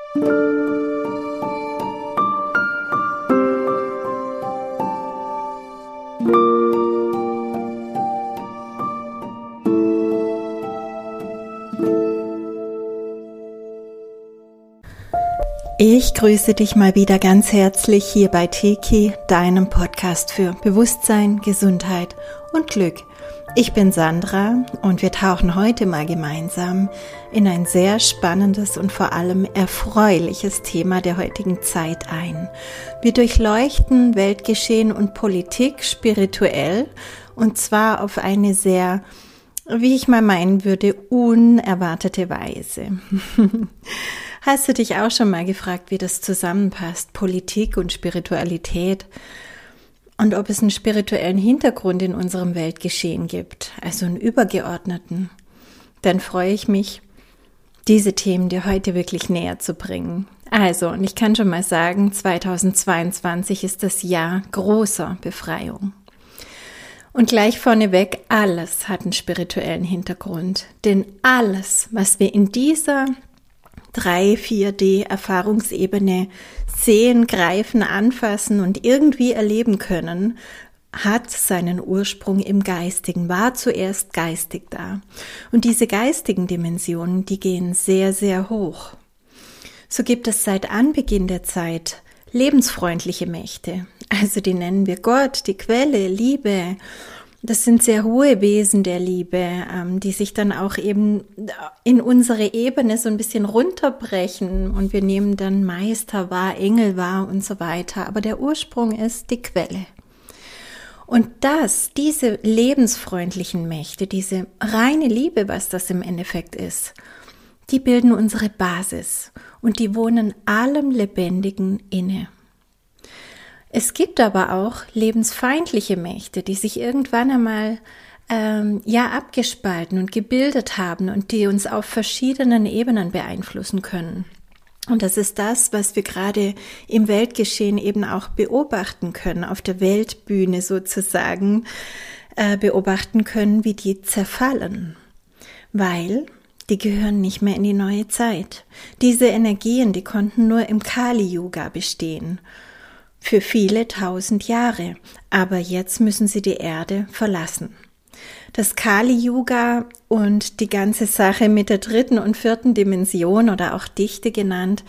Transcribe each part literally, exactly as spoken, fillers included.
Ich grüße dich mal wieder ganz herzlich hier bei Teki, deinem Podcast für Bewusstsein, Gesundheit und Glück. Ich bin Sandra und wir tauchen heute mal gemeinsam in ein sehr spannendes und vor allem erfreuliches Thema der heutigen Zeit ein. Wir durchleuchten Weltgeschehen und Politik spirituell und zwar auf eine sehr, wie ich mal meinen würde, unerwartete Weise. Hast du dich auch schon mal gefragt, wie das zusammenpasst, Politik und Spiritualität, und ob es einen spirituellen Hintergrund in unserem Weltgeschehen gibt, also einen übergeordneten? Dann freue ich mich, diese Themen dir heute wirklich näher zu bringen. Also, und ich kann schon mal sagen, zweitausendzweiundzwanzig ist das Jahr großer Befreiung. Und gleich vorneweg, alles hat einen spirituellen Hintergrund, denn alles, was wir in dieser drei, vier D-Erfahrungsebene sehen, greifen, anfassen und irgendwie erleben können, hat seinen Ursprung im Geistigen, war zuerst geistig da. Und diese geistigen Dimensionen, die gehen sehr, sehr hoch. So gibt es seit Anbeginn der Zeit lebensfreundliche Mächte. Also die nennen wir Gott, die Quelle, Liebe. Das sind sehr hohe Wesen der Liebe, die sich dann auch eben in unsere Ebene so ein bisschen runterbrechen und wir nehmen dann Meister wahr, Engel wahr und so weiter. Aber der Ursprung ist die Quelle. Und das, diese lebensfreundlichen Mächte, diese reine Liebe, was das im Endeffekt ist, die bilden unsere Basis und die wohnen allem Lebendigen inne. Es gibt aber auch lebensfeindliche Mächte, die sich irgendwann einmal ähm, ja abgespalten und gebildet haben und die uns auf verschiedenen Ebenen beeinflussen können. Und das ist das, was wir gerade im Weltgeschehen eben auch beobachten können, auf der Weltbühne sozusagen äh, beobachten können, wie die zerfallen, weil die gehören nicht mehr in die neue Zeit. Diese Energien, die konnten nur im Kali-Yuga bestehen. Für viele tausend Jahre, aber jetzt müssen sie die Erde verlassen. Das Kali-Yuga und die ganze Sache mit der dritten und vierten Dimension oder auch Dichte genannt,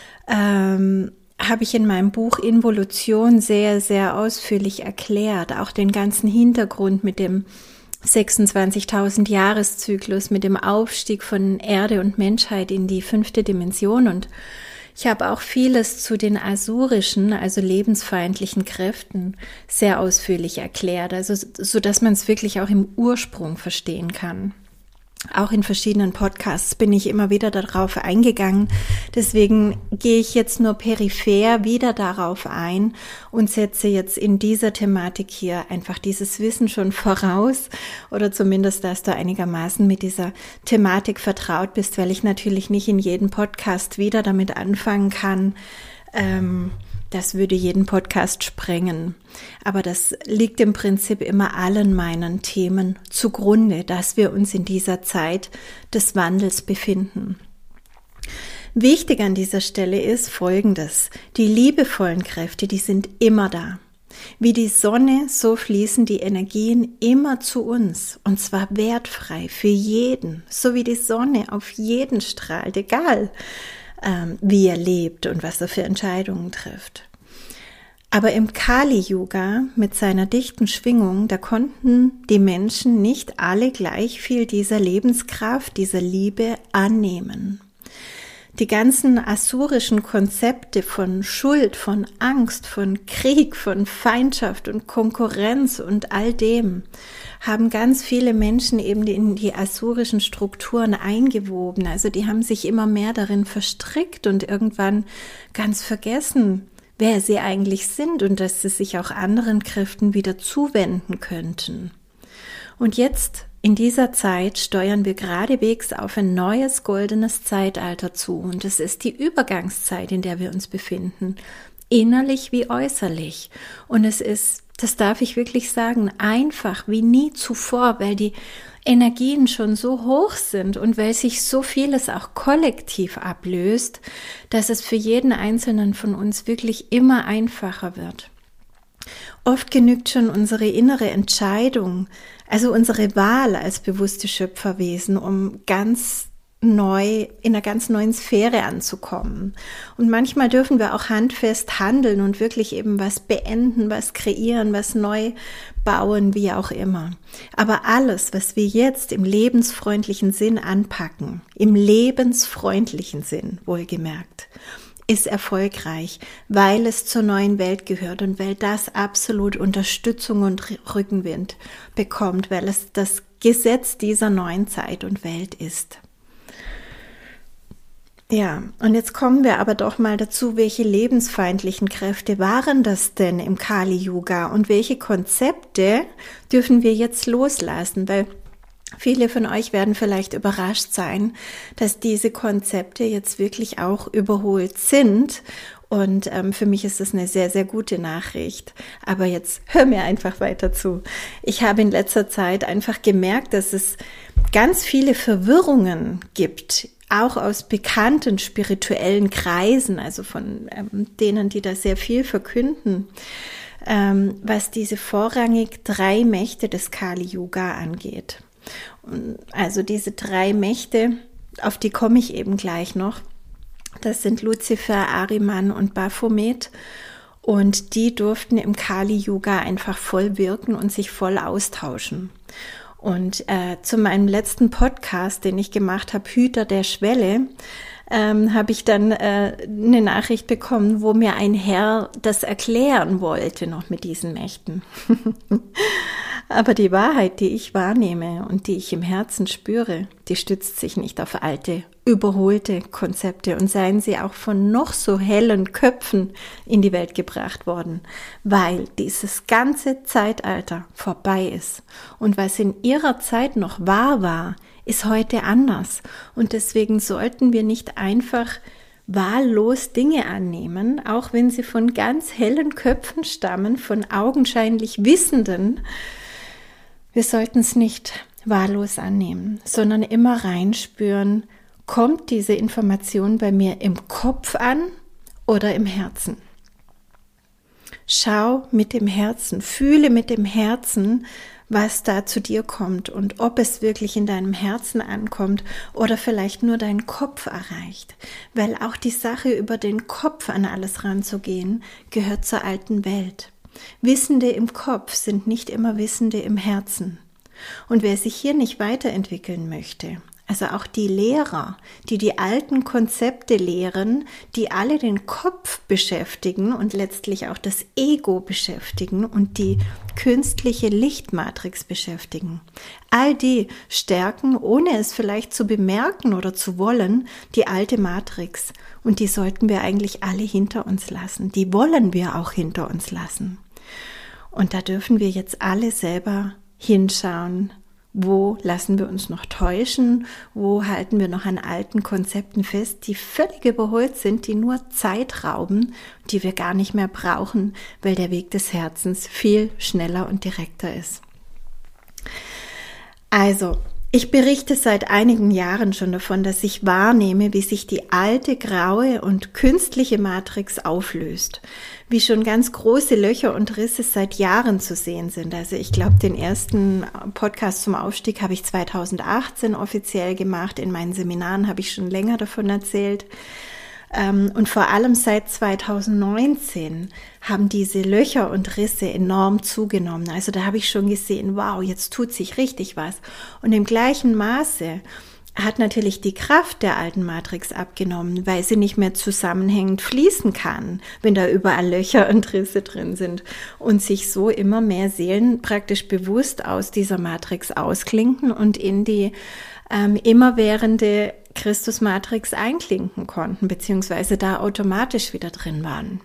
ähm, habe ich in meinem Buch Involution sehr, sehr ausführlich erklärt. Auch den ganzen Hintergrund mit dem sechsundzwanzigtausend Jahreszyklus, mit dem Aufstieg von Erde und Menschheit in die fünfte Dimension, und ich habe auch vieles zu den asurischen, also lebensfeindlichen Kräften sehr ausführlich erklärt, also so dass man es wirklich auch im Ursprung verstehen kann. Auch in verschiedenen Podcasts bin ich immer wieder darauf eingegangen. Deswegen gehe ich jetzt nur peripher wieder darauf ein und setze jetzt in dieser Thematik hier einfach dieses Wissen schon voraus oder zumindest, dass du einigermaßen mit dieser Thematik vertraut bist, weil ich natürlich nicht in jedem Podcast wieder damit anfangen kann. Ähm, Das würde jeden Podcast sprengen. Aber das liegt im Prinzip immer allen meinen Themen zugrunde, dass wir uns in dieser Zeit des Wandels befinden. Wichtig an dieser Stelle ist Folgendes: Die liebevollen Kräfte, die sind immer da. Wie die Sonne, so fließen die Energien immer zu uns, und zwar wertfrei für jeden, so wie die Sonne auf jeden strahlt, egal wie er lebt und was er für Entscheidungen trifft. Aber im Kali-Yuga mit seiner dichten Schwingung, da konnten die Menschen nicht alle gleich viel dieser Lebenskraft, dieser Liebe annehmen. Die ganzen asurischen Konzepte von Schuld, von Angst, von Krieg, von Feindschaft und Konkurrenz und all dem haben ganz viele Menschen eben in die asurischen Strukturen eingewoben. Also die haben sich immer mehr darin verstrickt und irgendwann ganz vergessen, wer sie eigentlich sind und dass sie sich auch anderen Kräften wieder zuwenden könnten. Und jetzt in dieser Zeit steuern wir geradewegs auf ein neues goldenes Zeitalter zu, und es ist die Übergangszeit, in der wir uns befinden, innerlich wie äußerlich. Und es ist das darf ich wirklich sagen, einfach wie nie zuvor, weil die Energien schon so hoch sind und weil sich so vieles auch kollektiv ablöst, dass es für jeden Einzelnen von uns wirklich immer einfacher wird. Oft genügt schon unsere innere Entscheidung, also unsere Wahl als bewusste Schöpferwesen, um ganz neu, in einer ganz neuen Sphäre anzukommen. Und manchmal dürfen wir auch handfest handeln und wirklich eben was beenden, was kreieren, was neu bauen, wie auch immer. Aber alles, was wir jetzt im lebensfreundlichen Sinn anpacken, im lebensfreundlichen Sinn, wohlgemerkt, ist erfolgreich, weil es zur neuen Welt gehört und weil das absolut Unterstützung und Rückenwind bekommt, weil es das Gesetz dieser neuen Zeit und Welt ist. Ja, und jetzt kommen wir aber doch mal dazu, welche lebensfeindlichen Kräfte waren das denn im Kali-Yuga und welche Konzepte dürfen wir jetzt loslassen, weil viele von euch werden vielleicht überrascht sein, dass diese Konzepte jetzt wirklich auch überholt sind. Und ähm, für mich ist das eine sehr, sehr gute Nachricht. Aber jetzt hör mir einfach weiter zu. Ich habe in letzter Zeit einfach gemerkt, dass es ganz viele Verwirrungen gibt, auch aus bekannten spirituellen Kreisen, also von ähm, denen, die da sehr viel verkünden, ähm, was diese vorrangig drei Mächte des Kali-Yuga angeht. Also diese drei Mächte, auf die komme ich eben gleich noch. Das sind Luzifer, Ahriman und Baphomet. Und die durften im Kali-Yuga einfach voll wirken und sich voll austauschen. Und äh, zu meinem letzten Podcast, den ich gemacht habe, Hüter der Schwelle, ähm, habe ich dann äh, eine Nachricht bekommen, wo mir ein Herr das erklären wollte, noch mit diesen Mächten. Aber die Wahrheit, die ich wahrnehme und die ich im Herzen spüre, die stützt sich nicht auf alte, überholte Konzepte und seien sie auch von noch so hellen Köpfen in die Welt gebracht worden, weil dieses ganze Zeitalter vorbei ist. Und was in ihrer Zeit noch wahr war, ist heute anders. Und deswegen sollten wir nicht einfach wahllos Dinge annehmen, auch wenn sie von ganz hellen Köpfen stammen, von augenscheinlich Wissenden. Wir sollten es nicht wahllos annehmen, sondern immer reinspüren, kommt diese Information bei mir im Kopf an oder im Herzen? Schau mit dem Herzen, fühle mit dem Herzen, was da zu dir kommt und ob es wirklich in deinem Herzen ankommt oder vielleicht nur deinen Kopf erreicht. Weil auch die Sache, über den Kopf an alles ranzugehen, gehört zur alten Welt. Wissende im Kopf sind nicht immer Wissende im Herzen. Und wer sich hier nicht weiterentwickeln möchte, also auch die Lehrer, die die alten Konzepte lehren, die alle den Kopf beschäftigen und letztlich auch das Ego beschäftigen und die künstliche Lichtmatrix beschäftigen. All die stärken, ohne es vielleicht zu bemerken oder zu wollen, die alte Matrix. Und die sollten wir eigentlich alle hinter uns lassen. Die wollen wir auch hinter uns lassen. Und da dürfen wir jetzt alle selber hinschauen, wo lassen wir uns noch täuschen, wo halten wir noch an alten Konzepten fest, die völlig überholt sind, die nur Zeit rauben, die wir gar nicht mehr brauchen, weil der Weg des Herzens viel schneller und direkter ist. Also, ich berichte seit einigen Jahren schon davon, dass ich wahrnehme, wie sich die alte, graue und künstliche Matrix auflöst. Wie schon ganz große Löcher und Risse seit Jahren zu sehen sind. Also ich glaube, den ersten Podcast zum Aufstieg habe ich zweitausendachtzehn offiziell gemacht. In meinen Seminaren habe ich schon länger davon erzählt. Und vor allem seit zweitausendneunzehn haben diese Löcher und Risse enorm zugenommen. Also da habe ich schon gesehen, wow, jetzt tut sich richtig was. Und im gleichen Maße hat natürlich die Kraft der alten Matrix abgenommen, weil sie nicht mehr zusammenhängend fließen kann, wenn da überall Löcher und Risse drin sind und sich so immer mehr Seelen praktisch bewusst aus dieser Matrix ausklinken und in die ähm, immerwährende Christus-Matrix einklinken konnten, beziehungsweise da automatisch wieder drin waren.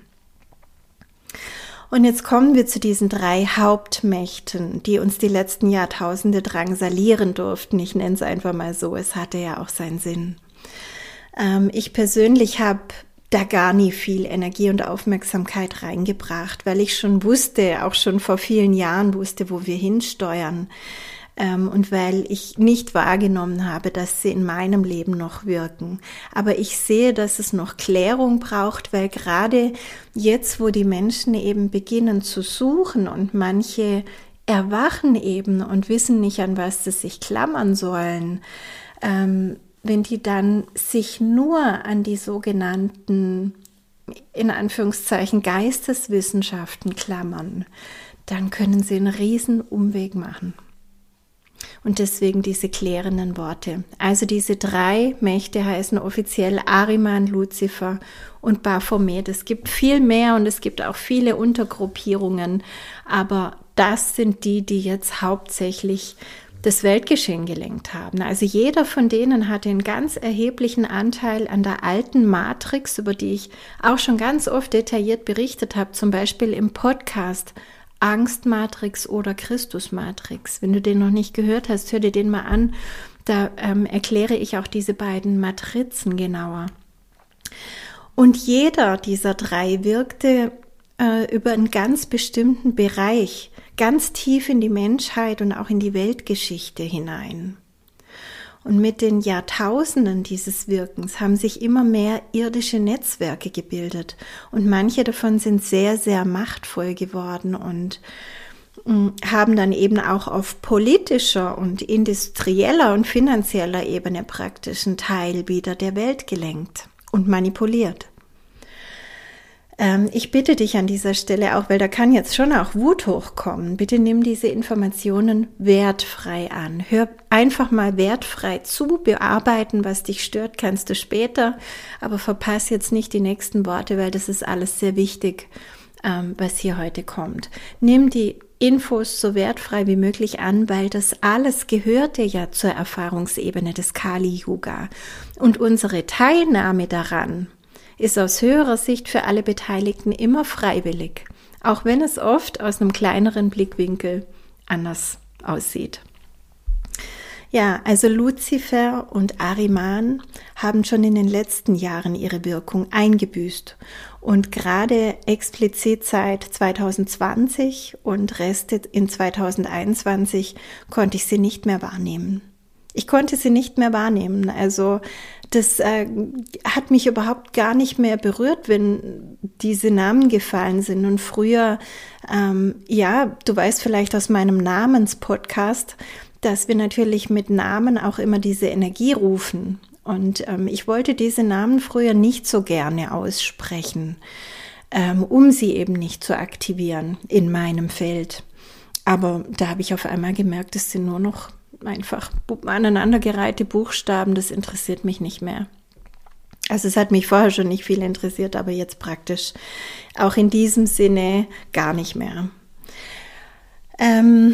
Und jetzt kommen wir zu diesen drei Hauptmächten, die uns die letzten Jahrtausende drangsalieren durften. Ich nenne es einfach mal so, es hatte ja auch seinen Sinn. Ähm, ich persönlich habe da gar nie viel Energie und Aufmerksamkeit reingebracht, weil ich schon wusste, auch schon vor vielen Jahren wusste, wo wir hinsteuern. Und weil ich nicht wahrgenommen habe, dass sie in meinem Leben noch wirken. Aber ich sehe, dass es noch Klärung braucht, weil gerade jetzt, wo die Menschen eben beginnen zu suchen und manche erwachen eben und wissen nicht, an was sie sich klammern sollen, ähm, wenn die dann sich nur an die sogenannten, in Anführungszeichen, Geisteswissenschaften klammern, dann können sie einen riesen Umweg machen. Und deswegen diese klärenden Worte. Also diese drei Mächte heißen offiziell Ahriman, Luzifer und Baphomet. Es gibt viel mehr und es gibt auch viele Untergruppierungen, aber das sind die, die jetzt hauptsächlich das Weltgeschehen gelenkt haben. Also jeder von denen hatte einen ganz erheblichen Anteil an der alten Matrix, über die ich auch schon ganz oft detailliert berichtet habe, zum Beispiel im Podcast Angstmatrix oder Christusmatrix. Wenn du den noch nicht gehört hast, hör dir den mal an. Da ähm, erkläre ich auch diese beiden Matrizen genauer. Und jeder dieser drei wirkte äh, über einen ganz bestimmten Bereich, ganz tief in die Menschheit und auch in die Weltgeschichte hinein. Und mit den Jahrtausenden dieses Wirkens haben sich immer mehr irdische Netzwerke gebildet. Und manche davon sind sehr, sehr machtvoll geworden und mh, haben dann eben auch auf politischer und industrieller und finanzieller Ebene praktisch einen Teil wieder der Welt gelenkt und manipuliert. Ich bitte dich an dieser Stelle auch, weil da kann jetzt schon auch Wut hochkommen, bitte nimm diese Informationen wertfrei an. Hör einfach mal wertfrei zu, bearbeiten, was dich stört, kannst du später, aber verpass jetzt nicht die nächsten Worte, weil das ist alles sehr wichtig, was hier heute kommt. Nimm die Infos so wertfrei wie möglich an, weil das alles gehörte ja zur Erfahrungsebene des Kali-Yuga. Und unsere Teilnahme daran ist aus höherer Sicht für alle Beteiligten immer freiwillig, auch wenn es oft aus einem kleineren Blickwinkel anders aussieht. Ja, also Luzifer und Ahriman haben schon in den letzten Jahren ihre Wirkung eingebüßt und gerade explizit seit zwanzig zwanzig und Reste in zwanzig einundzwanzig konnte ich sie nicht mehr wahrnehmen. Ich konnte sie nicht mehr wahrnehmen, also das äh, hat mich überhaupt gar nicht mehr berührt, wenn diese Namen gefallen sind. Und früher, ähm, ja, du weißt vielleicht aus meinem Namenspodcast, dass wir natürlich mit Namen auch immer diese Energie rufen. Und ähm, ich wollte diese Namen früher nicht so gerne aussprechen, ähm, um sie eben nicht zu aktivieren in meinem Feld. Aber da habe ich auf einmal gemerkt, es sind nur noch einfach aneinandergereihte Buchstaben, das interessiert mich nicht mehr. Also es hat mich vorher schon nicht viel interessiert, aber jetzt praktisch auch in diesem Sinne gar nicht mehr. Ähm,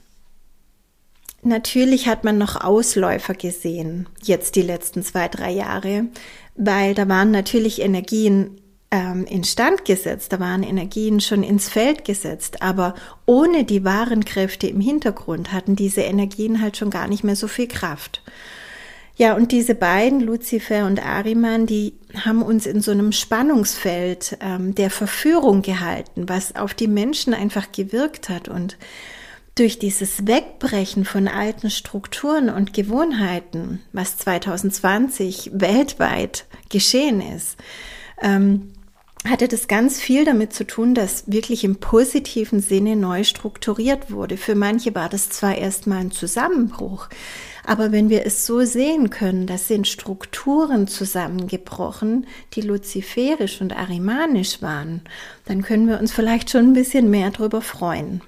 natürlich hat man noch Ausläufer gesehen, jetzt die letzten zwei, drei Jahre, weil da waren natürlich Energien instand gesetzt, da waren Energien schon ins Feld gesetzt, aber ohne die wahren Kräfte im Hintergrund hatten diese Energien halt schon gar nicht mehr so viel Kraft. Ja, und diese beiden, Luzifer und Ahriman, die haben uns in so einem Spannungsfeld ähm, der Verführung gehalten, was auf die Menschen einfach gewirkt hat. Und durch dieses Wegbrechen von alten Strukturen und Gewohnheiten, was zwanzig zwanzig weltweit geschehen ist, ähm, hatte das ganz viel damit zu tun, dass wirklich im positiven Sinne neu strukturiert wurde. Für manche war das zwar erstmal ein Zusammenbruch, aber wenn wir es so sehen können, das sind Strukturen zusammengebrochen, die luziferisch und ahrimanisch waren, dann können wir uns vielleicht schon ein bisschen mehr darüber freuen.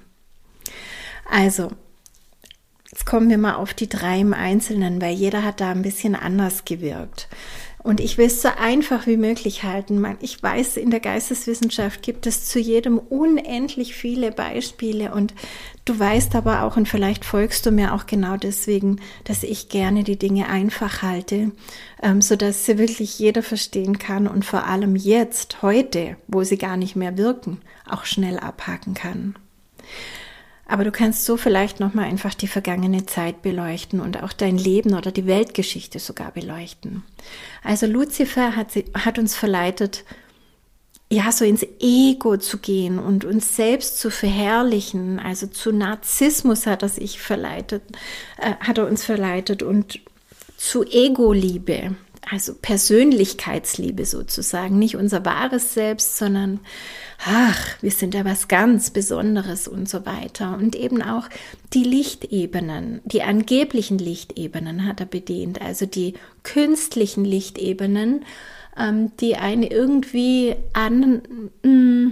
Also, jetzt kommen wir mal auf die drei im Einzelnen, weil jeder hat da ein bisschen anders gewirkt. Und ich will es so einfach wie möglich halten. Ich weiß, in der Geisteswissenschaft gibt es zu jedem unendlich viele Beispiele und du weißt aber auch, und vielleicht folgst du mir auch genau deswegen, dass ich gerne die Dinge einfach halte, sodass sie wirklich jeder verstehen kann und vor allem jetzt, heute, wo sie gar nicht mehr wirken, auch schnell abhaken kann. Aber du kannst so vielleicht nochmal einfach die vergangene Zeit beleuchten und auch dein Leben oder die Weltgeschichte sogar beleuchten. Also Luzifer hat, sie, hat uns verleitet, ja, so ins Ego zu gehen und uns selbst zu verherrlichen. Also zu Narzissmus hat er sich verleitet, äh, hat er uns verleitet und zu Ego-Liebe. Also Persönlichkeitsliebe sozusagen, nicht unser wahres Selbst, sondern ach, wir sind ja was ganz Besonderes und so weiter. Und eben auch die Lichtebenen, die angeblichen Lichtebenen hat er bedient, also die künstlichen Lichtebenen, ähm, die einen irgendwie an, mh,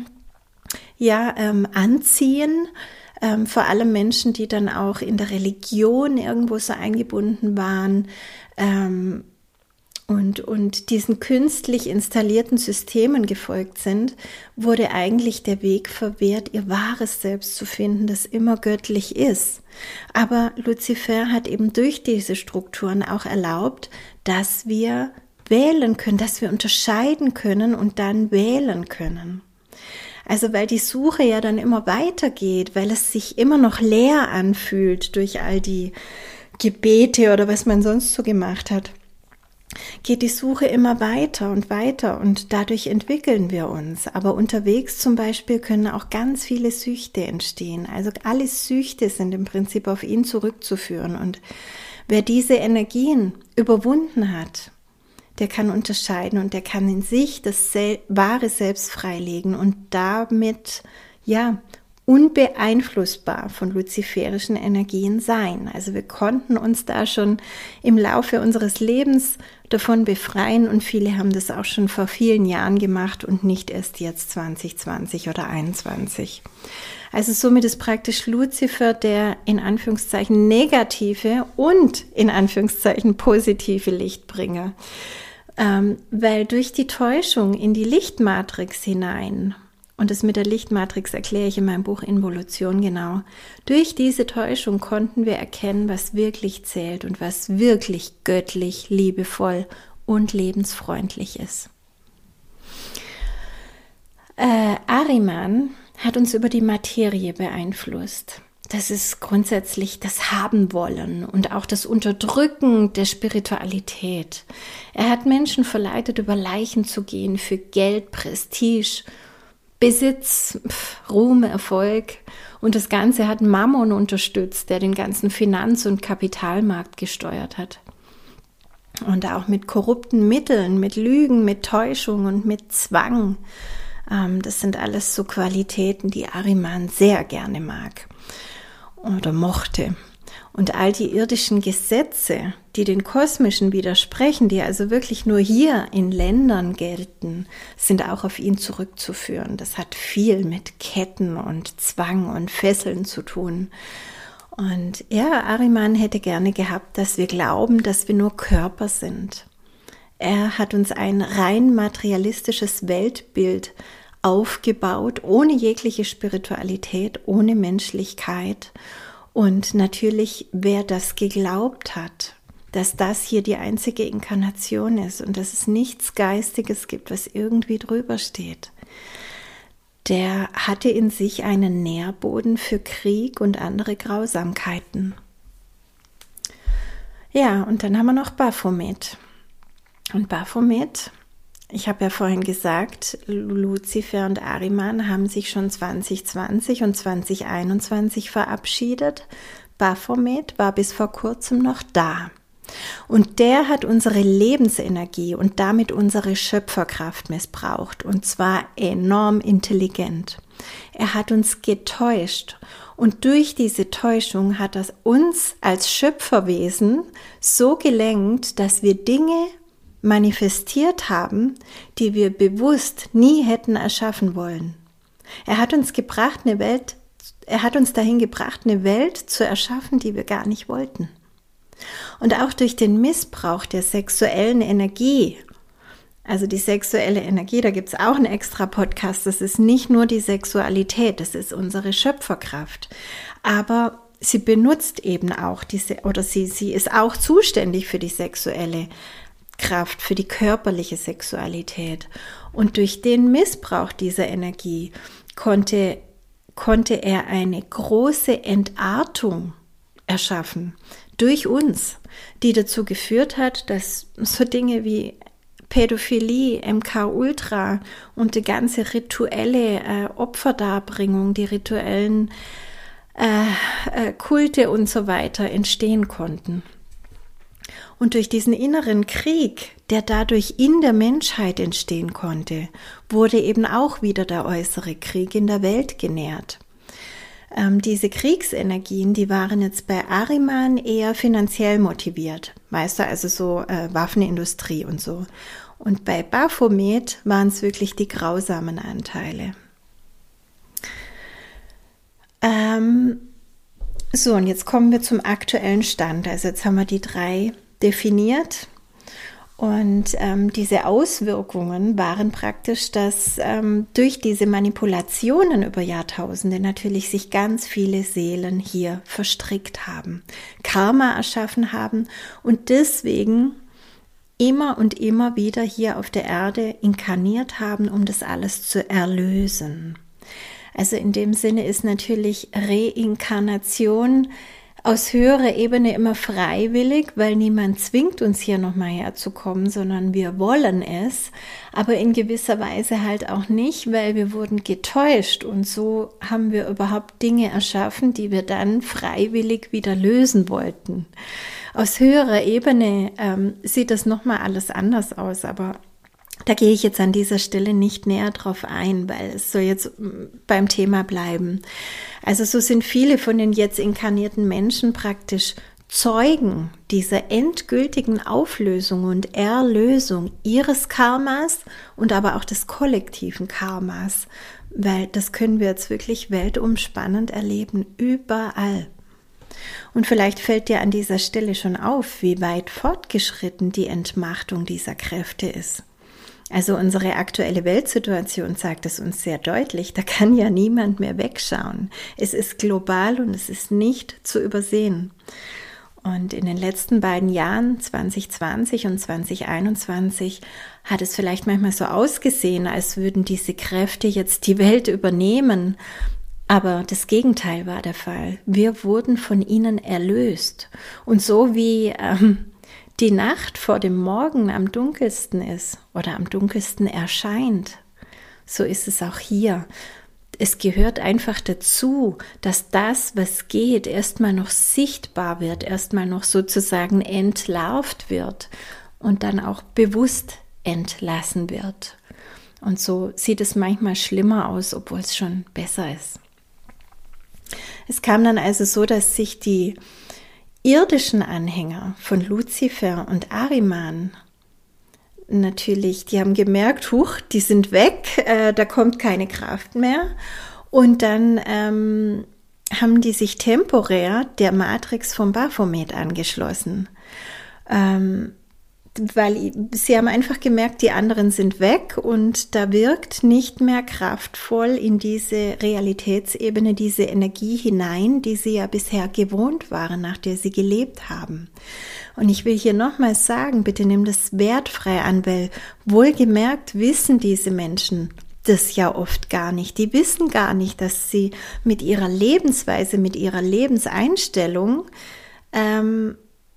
ja, ähm, anziehen. Ähm, vor allem Menschen, die dann auch in der Religion irgendwo so eingebunden waren, ähm, Und, und diesen künstlich installierten Systemen gefolgt sind, wurde eigentlich der Weg verwehrt, ihr wahres Selbst zu finden, das immer göttlich ist. Aber Luzifer hat eben durch diese Strukturen auch erlaubt, dass wir wählen können, dass wir unterscheiden können und dann wählen können. Also weil die Suche ja dann immer weitergeht, weil es sich immer noch leer anfühlt durch all die Gebete oder was man sonst so gemacht hat, geht die Suche immer weiter und weiter und dadurch entwickeln wir uns. Aber unterwegs zum Beispiel können auch ganz viele Süchte entstehen. Also alle Süchte sind im Prinzip auf ihn zurückzuführen. Und wer diese Energien überwunden hat, der kann unterscheiden und der kann in sich das sel- wahre Selbst freilegen und damit, ja, unbeeinflussbar von luziferischen Energien sein. Also wir konnten uns da schon im Laufe unseres Lebens davon befreien und viele haben das auch schon vor vielen Jahren gemacht und nicht erst jetzt zwanzig zwanzig oder einundzwanzig. Also somit ist praktisch Luzifer der in Anführungszeichen negative und in Anführungszeichen positive Lichtbringer. Ähm, weil durch die Täuschung in die Lichtmatrix hinein, und das mit der Lichtmatrix erkläre ich in meinem Buch Involution genau. Durch diese Täuschung konnten wir erkennen, was wirklich zählt und was wirklich göttlich, liebevoll und lebensfreundlich ist. Äh, Ahriman hat uns über die Materie beeinflusst. Das ist grundsätzlich das Haben-Wollen und auch das Unterdrücken der Spiritualität. Er hat Menschen verleitet, über Leichen zu gehen für Geld, Prestige, Besitz, Ruhm, Erfolg und das Ganze hat Mammon unterstützt, der den ganzen Finanz- und Kapitalmarkt gesteuert hat. Und auch mit korrupten Mitteln, mit Lügen, mit Täuschung und mit Zwang. Das sind alles so Qualitäten, die Ahriman sehr gerne mag oder mochte. Und all die irdischen Gesetze, die den kosmischen widersprechen, die also wirklich nur hier in Ländern gelten, sind auch auf ihn zurückzuführen. Das hat viel mit Ketten und Zwang und Fesseln zu tun. Und ja, Ahriman hätte gerne gehabt, dass wir glauben, dass wir nur Körper sind. Er hat uns ein rein materialistisches Weltbild aufgebaut, ohne jegliche Spiritualität, ohne Menschlichkeit. Und natürlich, wer das geglaubt hat, dass das hier die einzige Inkarnation ist und dass es nichts Geistiges gibt, was irgendwie drüber steht, der hatte in sich einen Nährboden für Krieg und andere Grausamkeiten. Ja, und dann haben wir noch Baphomet. Und Baphomet, ich habe ja vorhin gesagt, Luzifer und Ahriman haben sich schon zwanzig zwanzig und zwanzig einundzwanzig verabschiedet. Baphomet war bis vor kurzem noch da. Und der hat unsere Lebensenergie und damit unsere Schöpferkraft missbraucht. Und zwar enorm intelligent. Er hat uns getäuscht. Und durch diese Täuschung hat er uns als Schöpferwesen so gelenkt, dass wir Dinge manifestiert haben, die wir bewusst nie hätten erschaffen wollen. Er hat uns gebracht, eine Welt, er hat uns dahin gebracht, eine Welt zu erschaffen, die wir gar nicht wollten. Und auch durch den Missbrauch der sexuellen Energie, also die sexuelle Energie, da gibt es auch einen extra Podcast, das ist nicht nur die Sexualität, das ist unsere Schöpferkraft. Aber sie benutzt eben auch diese, oder sie, sie ist auch zuständig für die sexuelle Kraft, für die körperliche Sexualität. Und durch den Missbrauch dieser Energie konnte konnte er eine große Entartung erschaffen durch uns, die dazu geführt hat, dass so Dinge wie Pädophilie, M K Ultra und die ganze rituelle äh, Opferdarbringung, die rituellen äh, äh, Kulte und so weiter entstehen konnten. Und durch diesen inneren Krieg, der dadurch in der Menschheit entstehen konnte, wurde eben auch wieder der äußere Krieg in der Welt genährt. Ähm, diese Kriegsenergien, die waren jetzt bei Ahriman eher finanziell motiviert, weißt du, also so äh, Waffenindustrie und so. Und bei Baphomet waren es wirklich die grausamen Anteile. Ähm, so, und jetzt kommen wir zum aktuellen Stand. Also jetzt haben wir die drei definiert. Und ähm, diese Auswirkungen waren praktisch, dass ähm, durch diese Manipulationen über Jahrtausende natürlich sich ganz viele Seelen hier verstrickt haben, Karma erschaffen haben und deswegen immer und immer wieder hier auf der Erde inkarniert haben, um das alles zu erlösen. Also in dem Sinne ist natürlich Reinkarnation aus höherer Ebene immer freiwillig, weil niemand zwingt uns hier nochmal herzukommen, sondern wir wollen es, aber in gewisser Weise halt auch nicht, weil wir wurden getäuscht und so haben wir überhaupt Dinge erschaffen, die wir dann freiwillig wieder lösen wollten. Aus höherer Ebene ähm, sieht das nochmal alles anders aus, aber da gehe ich jetzt an dieser Stelle nicht näher drauf ein, weil es soll jetzt beim Thema bleiben. Also so sind viele von den jetzt inkarnierten Menschen praktisch Zeugen dieser endgültigen Auflösung und Erlösung ihres Karmas und aber auch des kollektiven Karmas, weil das können wir jetzt wirklich weltumspannend erleben, überall. Und vielleicht fällt dir an dieser Stelle schon auf, wie weit fortgeschritten die Entmachtung dieser Kräfte ist. Also unsere aktuelle Weltsituation zeigt es uns sehr deutlich, da kann ja niemand mehr wegschauen. Es ist global und es ist nicht zu übersehen. Und in den letzten beiden Jahren, zwanzig zwanzig und zwanzig einundzwanzig, hat es vielleicht manchmal so ausgesehen, als würden diese Kräfte jetzt die Welt übernehmen. Aber das Gegenteil war der Fall. Wir wurden von ihnen erlöst. Und so wie ähm, die Nacht vor dem Morgen am dunkelsten ist oder am dunkelsten erscheint, so ist es auch hier. Es gehört einfach dazu, dass das, was geht, erstmal noch sichtbar wird, erstmal noch sozusagen entlarvt wird und dann auch bewusst entlassen wird. Und so sieht es manchmal schlimmer aus, obwohl es schon besser ist. Es kam dann also so, dass sich die irdischen Anhänger von Luzifer und Ahriman natürlich, die haben gemerkt, huch, die sind weg, äh, da kommt keine Kraft mehr. Und dann ähm, haben die sich temporär der Matrix von Baphomet angeschlossen. Ähm, weil sie haben einfach gemerkt, die anderen sind weg und da wirkt nicht mehr kraftvoll in diese Realitätsebene, diese Energie hinein, die sie ja bisher gewohnt waren, nach der sie gelebt haben. Und ich will hier nochmals sagen, bitte nimm das wertfrei an, weil wohlgemerkt wissen diese Menschen das ja oft gar nicht. Die wissen gar nicht, dass sie mit ihrer Lebensweise, mit ihrer Lebenseinstellung ähm,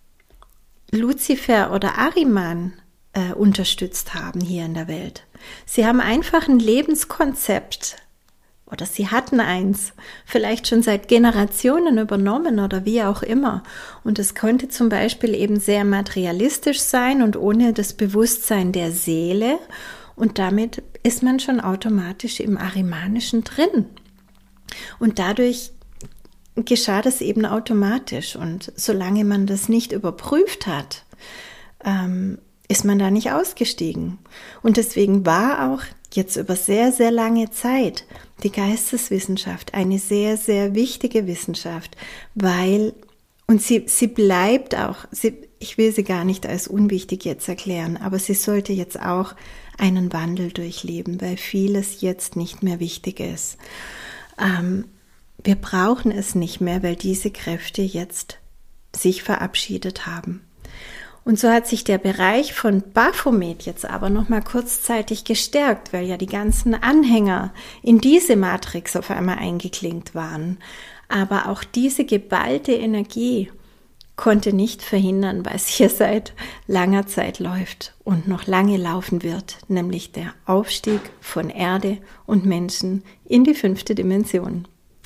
Luzifer oder Ahriman äh, unterstützt haben hier in der Welt. Sie haben einfach ein Lebenskonzept oder sie hatten eins, vielleicht schon seit Generationen übernommen oder wie auch immer. Und es konnte zum Beispiel eben sehr materialistisch sein und ohne das Bewusstsein der Seele. Und damit ist man schon automatisch im Ahrimanischen drin. Und dadurch geschah das eben automatisch und solange man das nicht überprüft hat, ähm, ist man da nicht ausgestiegen. Und deswegen war auch jetzt über sehr, sehr lange Zeit die Geisteswissenschaft eine sehr, sehr wichtige Wissenschaft, weil, und sie, sie bleibt auch, sie, ich will sie gar nicht als unwichtig jetzt erklären, aber sie sollte jetzt auch einen Wandel durchleben, weil vieles jetzt nicht mehr wichtig ist. Ähm, Wir brauchen es nicht mehr, weil diese Kräfte jetzt sich verabschiedet haben. Und so hat sich der Bereich von Baphomet jetzt aber nochmal kurzzeitig gestärkt, weil ja die ganzen Anhänger in diese Matrix auf einmal eingeklinkt waren. Aber auch diese geballte Energie konnte nicht verhindern, was hier seit langer Zeit läuft und noch lange laufen wird, nämlich der Aufstieg von Erde und Menschen in die fünfte Dimension.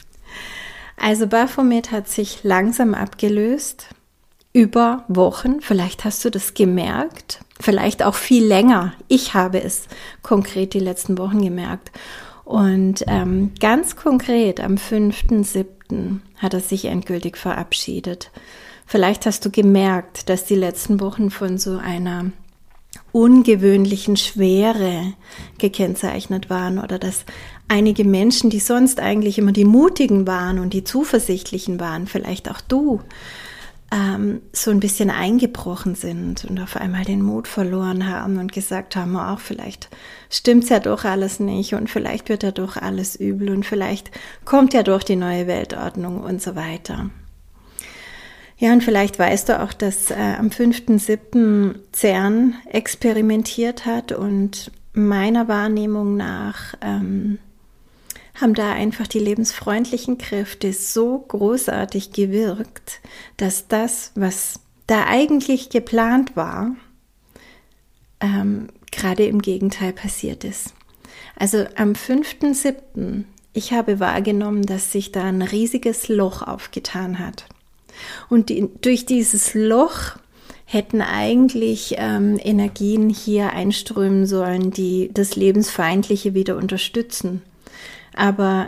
Also Baphomet hat sich langsam abgelöst, über Wochen, vielleicht hast du das gemerkt, vielleicht auch viel länger. Ich habe es konkret die letzten Wochen gemerkt. Und ähm, ganz konkret am fünften siebten hat er sich endgültig verabschiedet. Vielleicht hast du gemerkt, dass die letzten Wochen von so einer ungewöhnlichen Schwere gekennzeichnet waren oder dass einige Menschen, die sonst eigentlich immer die Mutigen waren und die Zuversichtlichen waren, vielleicht auch du, ähm, so ein bisschen eingebrochen sind und auf einmal den Mut verloren haben und gesagt haben, auch vielleicht stimmt's ja doch alles nicht und vielleicht wird ja doch alles übel und vielleicht kommt ja doch die neue Weltordnung und so weiter. Ja, und vielleicht weißt du auch, dass äh, am fünften siebten CERN experimentiert hat und meiner Wahrnehmung nach ähm, haben da einfach die lebensfreundlichen Kräfte so großartig gewirkt, dass das, was da eigentlich geplant war, ähm, gerade im Gegenteil passiert ist. Also am fünften siebten, ich habe wahrgenommen, dass sich da ein riesiges Loch aufgetan hat. Und die, durch dieses Loch hätten eigentlich ähm, Energien hier einströmen sollen, die das Lebensfeindliche wieder unterstützen. Aber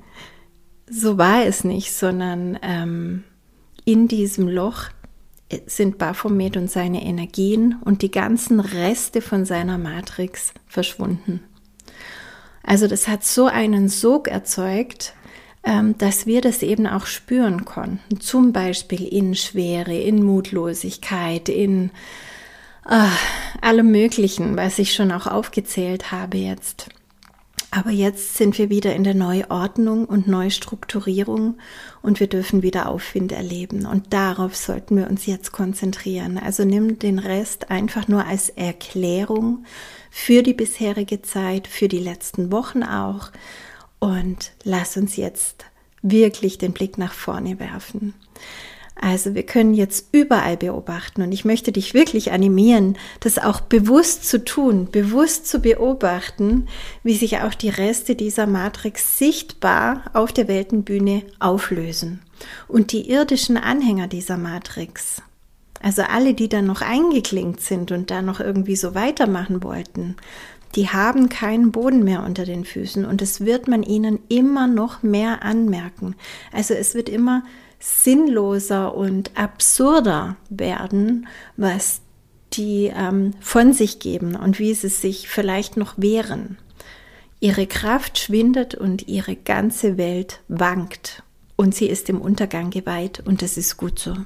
so war es nicht, sondern ähm, in diesem Loch sind Baphomet und seine Energien und die ganzen Reste von seiner Matrix verschwunden. Also das hat so einen Sog erzeugt, dass wir das eben auch spüren konnten, zum Beispiel in Schwere, in Mutlosigkeit, in äh, allem Möglichen, was ich schon auch aufgezählt habe jetzt. Aber jetzt sind wir wieder in der Neuordnung und Neustrukturierung und wir dürfen wieder Aufwind erleben und darauf sollten wir uns jetzt konzentrieren. Also nimm den Rest einfach nur als Erklärung für die bisherige Zeit, für die letzten Wochen auch. Und lass uns jetzt wirklich den Blick nach vorne werfen. Also wir können jetzt überall beobachten und ich möchte dich wirklich animieren, das auch bewusst zu tun, bewusst zu beobachten, wie sich auch die Reste dieser Matrix sichtbar auf der Weltenbühne auflösen. Und die irdischen Anhänger dieser Matrix, also alle, die da noch eingeklinkt sind und da noch irgendwie so weitermachen wollten, die haben keinen Boden mehr unter den Füßen und es wird man ihnen immer noch mehr anmerken. Also es wird immer sinnloser und absurder werden, was die ähm, von sich geben und wie sie sich vielleicht noch wehren. Ihre Kraft schwindet und ihre ganze Welt wankt und sie ist dem Untergang geweiht und das ist gut so.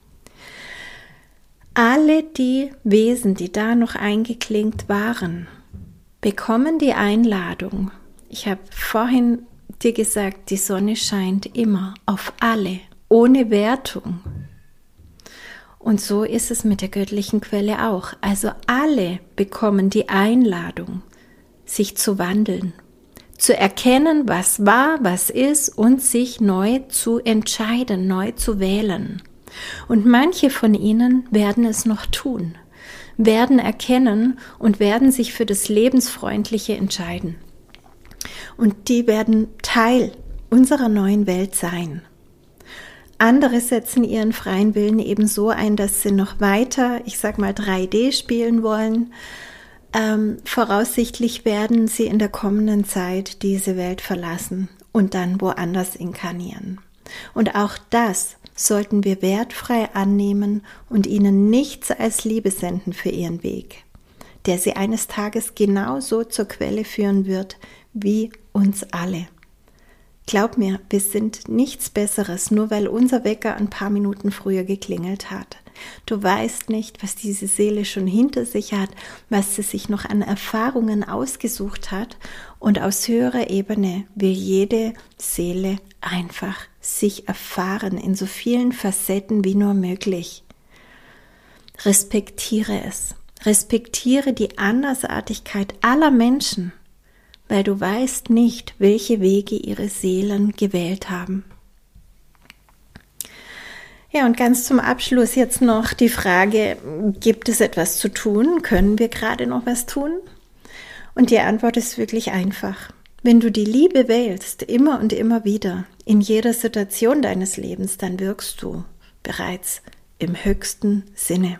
Alle die Wesen, die da noch eingeklinkt waren, bekommen die Einladung. Ich habe vorhin dir gesagt, die Sonne scheint immer auf alle, ohne Wertung. Und so ist es mit der göttlichen Quelle auch. Also alle bekommen die Einladung, sich zu wandeln, zu erkennen, was war, was ist und sich neu zu entscheiden, neu zu wählen. Und manche von ihnen werden es noch tun, werden erkennen und werden sich für das Lebensfreundliche entscheiden. Und die werden Teil unserer neuen Welt sein. Andere setzen ihren freien Willen eben so ein, dass sie noch weiter, ich sag mal drei D spielen wollen. Ähm, voraussichtlich werden sie in der kommenden Zeit diese Welt verlassen und dann woanders inkarnieren. Und auch das sollten wir wertfrei annehmen und ihnen nichts als Liebe senden für ihren Weg, der sie eines Tages genauso zur Quelle führen wird wie uns alle. Glaub mir, wir sind nichts Besseres, nur weil unser Wecker ein paar Minuten früher geklingelt hat. Du weißt nicht, was diese Seele schon hinter sich hat, was sie sich noch an Erfahrungen ausgesucht hat und aus höherer Ebene will jede Seele einfach sich erfahren in so vielen Facetten wie nur möglich. respektiere es. Respektiere die Andersartigkeit aller Menschen, weil du weißt nicht, welche Wege ihre Seelen gewählt haben. Ja, und ganz zum Abschluss jetzt noch die Frage, gibt es etwas zu tun? Können wir gerade noch was tun? Und die Antwort ist wirklich einfach. Wenn du die Liebe wählst, immer und immer wieder, in jeder Situation deines Lebens, dann wirkst du bereits im höchsten Sinne.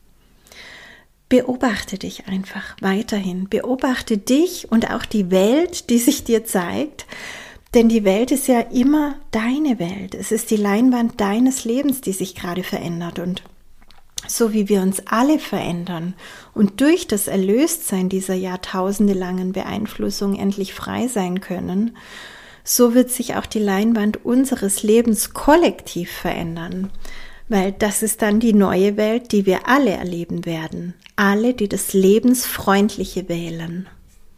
Beobachte dich einfach weiterhin. Beobachte dich und auch die Welt, die sich dir zeigt. Denn die Welt ist ja immer deine Welt. Es ist die Leinwand deines Lebens, die sich gerade verändert. Und so wie wir uns alle verändern und durch das Erlöstsein dieser jahrtausendelangen Beeinflussung endlich frei sein können, so wird sich auch die Leinwand unseres Lebens kollektiv verändern. Weil das ist dann die neue Welt, die wir alle erleben werden. Alle, die das Lebensfreundliche wählen.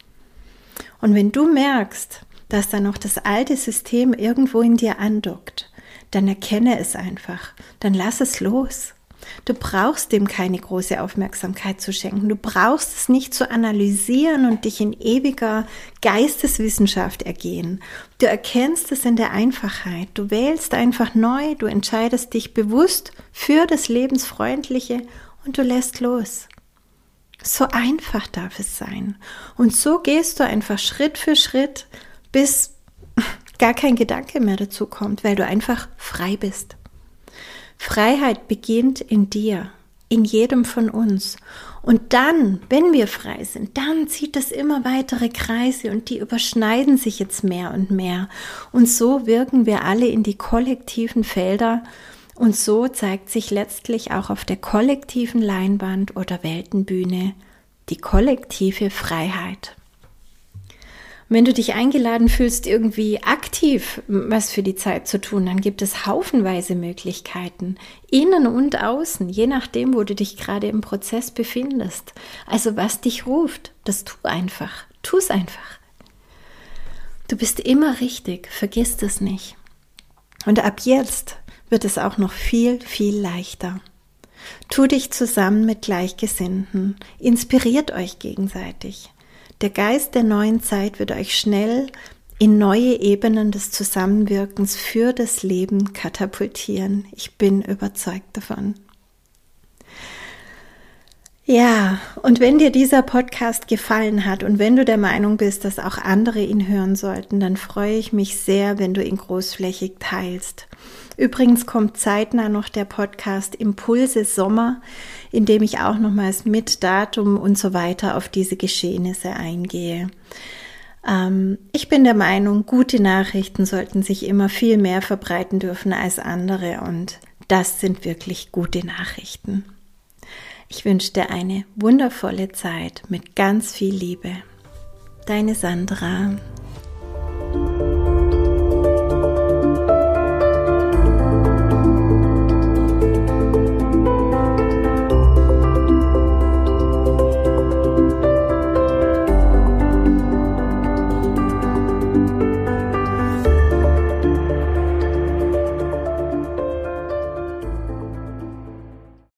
Und wenn du merkst, dass da noch das alte System irgendwo in dir andockt, dann erkenne es einfach, dann lass es los. Du brauchst dem keine große Aufmerksamkeit zu schenken, du brauchst es nicht zu analysieren und dich in ewiger Geisteswissenschaft ergehen. Du erkennst es in der Einfachheit, du wählst einfach neu, du entscheidest dich bewusst für das Lebensfreundliche und du lässt los. So einfach darf es sein. Und so gehst du einfach Schritt für Schritt, bis gar kein Gedanke mehr dazu kommt, weil du einfach frei bist. Freiheit beginnt in dir, in jedem von uns. Und dann, wenn wir frei sind, dann zieht es immer weitere Kreise und die überschneiden sich jetzt mehr und mehr. Und so wirken wir alle in die kollektiven Felder und so zeigt sich letztlich auch auf der kollektiven Leinwand oder Weltenbühne die kollektive Freiheit. Wenn du dich eingeladen fühlst, irgendwie aktiv was für die Zeit zu tun, dann gibt es haufenweise Möglichkeiten, innen und außen, je nachdem, wo du dich gerade im Prozess befindest. Also was dich ruft, das tu einfach, tu es einfach. Du bist immer richtig, vergiss das nicht. Und ab jetzt wird es auch noch viel, viel leichter. Tu dich zusammen mit Gleichgesinnten, inspiriert euch gegenseitig. Der Geist der neuen Zeit wird euch schnell in neue Ebenen des Zusammenwirkens für das Leben katapultieren. Ich bin überzeugt davon. Ja, und wenn dir dieser Podcast gefallen hat und wenn du der Meinung bist, dass auch andere ihn hören sollten, dann freue ich mich sehr, wenn du ihn großflächig teilst. Übrigens kommt zeitnah noch der Podcast Impulse Sommer, in dem ich auch nochmals mit Datum und so weiter auf diese Geschehnisse eingehe. Ähm, ich bin der Meinung, gute Nachrichten sollten sich immer viel mehr verbreiten dürfen als andere und das sind wirklich gute Nachrichten. Ich wünsche dir eine wundervolle Zeit mit ganz viel Liebe. Deine Sandra.